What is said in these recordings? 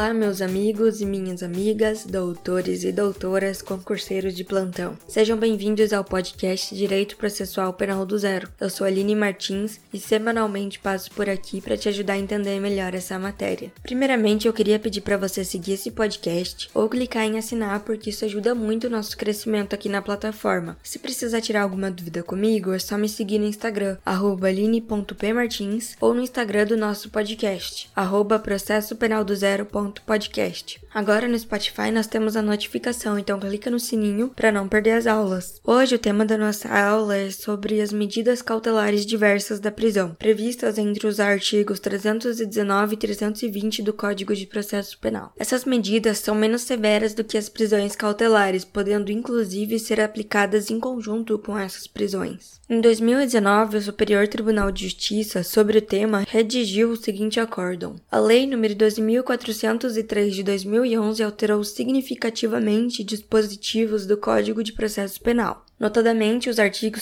Olá, meus amigos e minhas amigas, doutores e doutoras, concurseiros de plantão. Sejam bem-vindos ao podcast Direito Processual Penal do Zero. Eu sou Aline Martins e semanalmente passo por aqui para te ajudar a entender melhor essa matéria. Primeiramente, eu queria pedir para você seguir esse podcast ou clicar em assinar, porque isso ajuda muito o nosso crescimento aqui na plataforma. Se precisar tirar alguma dúvida comigo, é só me seguir no Instagram, @aline.pmartins, ou no Instagram do nosso podcast, @processopenaldozero.podcast. Agora no Spotify nós temos a notificação, então clica no sininho para não perder as aulas. Hoje o tema da nossa aula é sobre as medidas cautelares diversas da prisão, previstas entre os artigos 319 e 320 do Código de Processo Penal. Essas medidas são menos severas do que as prisões cautelares, podendo inclusive ser aplicadas em conjunto com essas prisões. Em 2019, o Superior Tribunal de Justiça, sobre o tema, redigiu o seguinte acórdão. A Lei nº 12.403 de 2011 alterou significativamente dispositivos do Código de Processo Penal, notadamente os artigos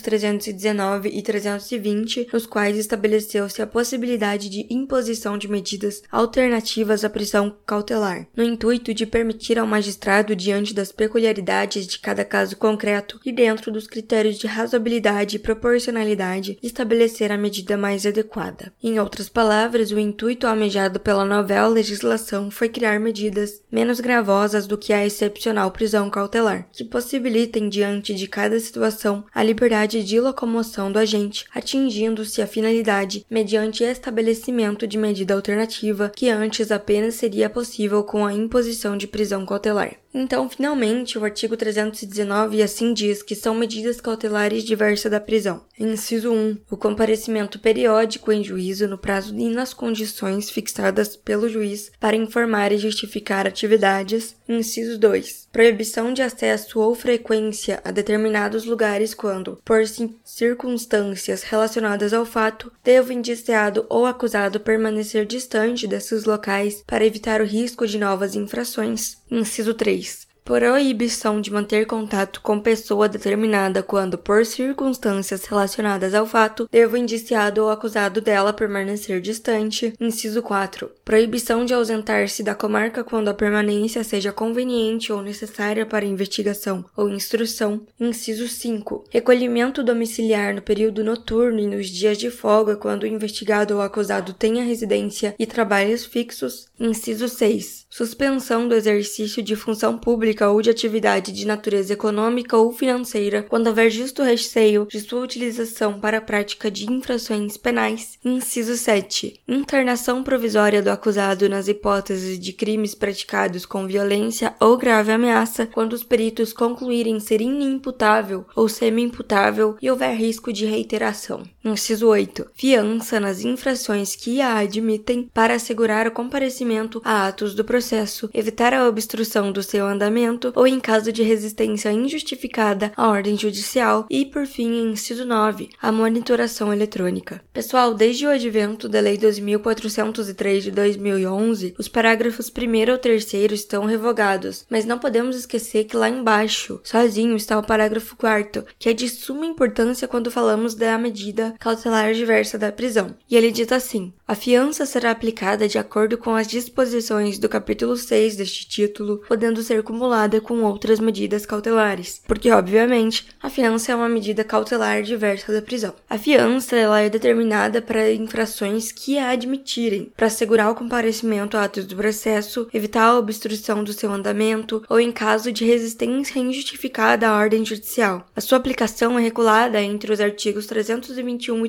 319 e 320, nos quais estabeleceu-se a possibilidade de imposição de medidas alternativas à prisão cautelar, no intuito de permitir ao magistrado, diante das peculiaridades de cada caso concreto e dentro dos critérios de razoabilidade e proporcionalidade, estabelecer a medida mais adequada. Em outras palavras, o intuito almejado pela nova legislação foi criar medidas menos gravosas do que a excepcional prisão cautelar, que possibilitem, diante de cada situação, a liberdade de locomoção do agente, atingindo-se a finalidade mediante estabelecimento de medida alternativa que antes apenas seria possível com a imposição de prisão cautelar. Então, finalmente, o artigo 319 assim diz que são medidas cautelares diversas da prisão. Inciso 1. O comparecimento periódico em juízo no prazo e nas condições fixadas pelo juiz para informar e justificar atividades. Inciso 2. Proibição de acesso ou frequência a determinados lugares quando, por circunstâncias relacionadas ao fato, deva o indiciado ou acusado permanecer distante desses locais para evitar o risco de novas infrações. Inciso 3. Proibição de manter contato com pessoa determinada quando, por circunstâncias relacionadas ao fato, deva o indiciado ou acusado dela permanecer distante. Inciso 4. Proibição de ausentar-se da comarca quando a permanência seja conveniente ou necessária para investigação ou instrução. Inciso 5. Recolhimento domiciliar no período noturno e nos dias de folga quando o investigado ou acusado tenha residência e trabalhos fixos. Inciso 6. Suspensão do exercício de função pública ou de atividade de natureza econômica ou financeira quando houver justo receio de sua utilização para a prática de infrações penais. Inciso 7. Internação provisória do acusado nas hipóteses de crimes praticados com violência ou grave ameaça quando os peritos concluírem ser inimputável ou semi-imputável e houver risco de reiteração. Inciso 8. Fiança nas infrações que a admitem para assegurar o comparecimento a atos do processo, evitar a obstrução do seu andamento ou em caso de resistência injustificada à ordem judicial e, por fim, inciso 9, a monitoração eletrônica. Pessoal, desde o advento da Lei 12.403 de 2011, os parágrafos 1º ao 3º estão revogados, mas não podemos esquecer que lá embaixo, sozinho, está o parágrafo 4º, que é de suma importância quando falamos da medida cautelar diversa da prisão. E ele diz assim: a fiança será aplicada de acordo com as disposições do capítulo 6 deste título, podendo ser cumulada com outras medidas cautelares, porque, obviamente, a fiança é uma medida cautelar diversa da prisão. A fiança ela é determinada para infrações que a admitirem, para assegurar o comparecimento a atos do processo, evitar a obstrução do seu andamento ou em caso de resistência injustificada à ordem judicial. A sua aplicação é regulada entre os artigos 321 e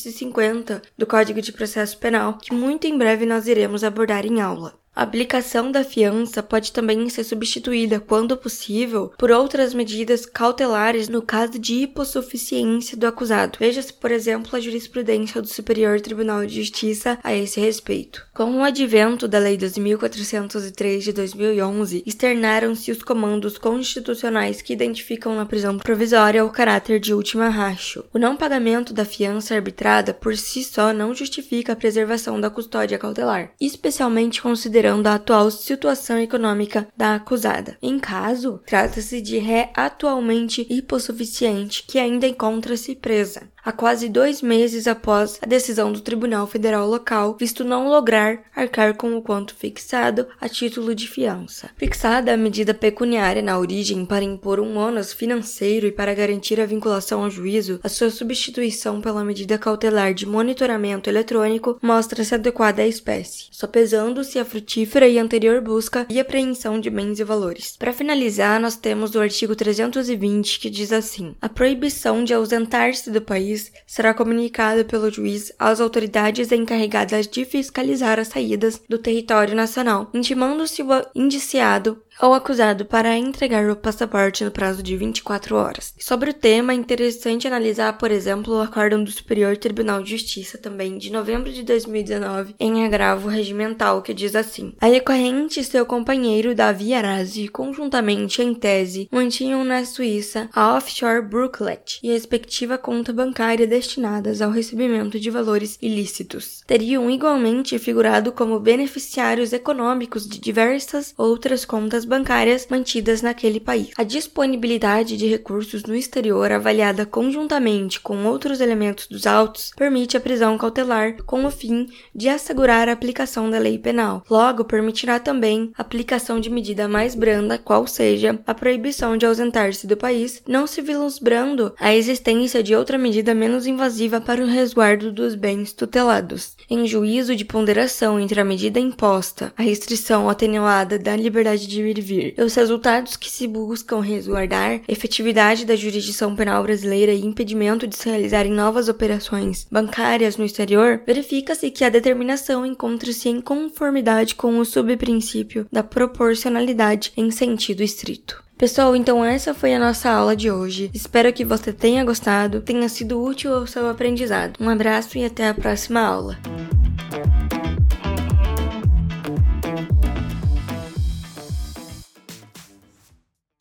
350 do Código de Processo Penal, que muito em breve nós iremos abordar em aula. A aplicação da fiança pode também ser substituída, quando possível, por outras medidas cautelares no caso de hipossuficiência do acusado. Veja-se, por exemplo, a jurisprudência do Superior Tribunal de Justiça a esse respeito. Com o advento da Lei 12.403 de 2011, externaram-se os comandos constitucionais que identificam na prisão provisória o caráter de última ratio. O não pagamento da fiança arbitrada por si só não justifica a preservação da custódia cautelar, especialmente considerando a atual situação econômica da acusada. Em caso, trata-se de ré atualmente hipossuficiente que ainda encontra-se presa. há quase 2 meses após a decisão do Tribunal Federal local, visto não lograr arcar com o quanto fixado a título de fiança. Fixada a medida pecuniária na origem para impor um ônus financeiro e para garantir a vinculação ao juízo, a sua substituição pela medida cautelar de monitoramento eletrônico mostra-se adequada à espécie, sopesando-se a frutífera e anterior busca e apreensão de bens e valores. Para finalizar, nós temos o artigo 320, que diz assim: a proibição de ausentar-se do país será comunicada pelo juiz às autoridades encarregadas de fiscalizar as saídas do território nacional, intimando-se o indiciado ou acusado para entregar o passaporte no prazo de 24 horas. Sobre o tema, é interessante analisar, por exemplo, o acórdão do Superior Tribunal de Justiça, também de novembro de 2019, em agravo regimental, que diz assim: a recorrente e seu companheiro Davi Arazi, conjuntamente em tese, mantinham na Suíça a offshore Brooklet e a respectiva conta bancária destinadas ao recebimento de valores ilícitos. Teriam igualmente figurado como beneficiários econômicos de diversas outras contas bancárias mantidas naquele país. A disponibilidade de recursos no exterior, avaliada conjuntamente com outros elementos dos autos, permite a prisão cautelar com o fim de assegurar a aplicação da lei penal. Logo, permitirá também a aplicação de medida mais branda, qual seja a proibição de ausentar-se do país, não se vislumbrando a existência de outra medida menos invasiva para o resguardo dos bens tutelados. Em juízo de ponderação entre a medida imposta, a restrição atenuada da liberdade de ir e vir, e os resultados que se buscam resguardar, efetividade da jurisdição penal brasileira e impedimento de se realizarem novas operações bancárias no exterior, verifica-se que a determinação encontra-se em conformidade com o subprincípio da proporcionalidade em sentido estrito. Pessoal, então essa foi a nossa aula de hoje. Espero que você tenha gostado, tenha sido útil ao seu aprendizado. Um abraço e até a próxima aula.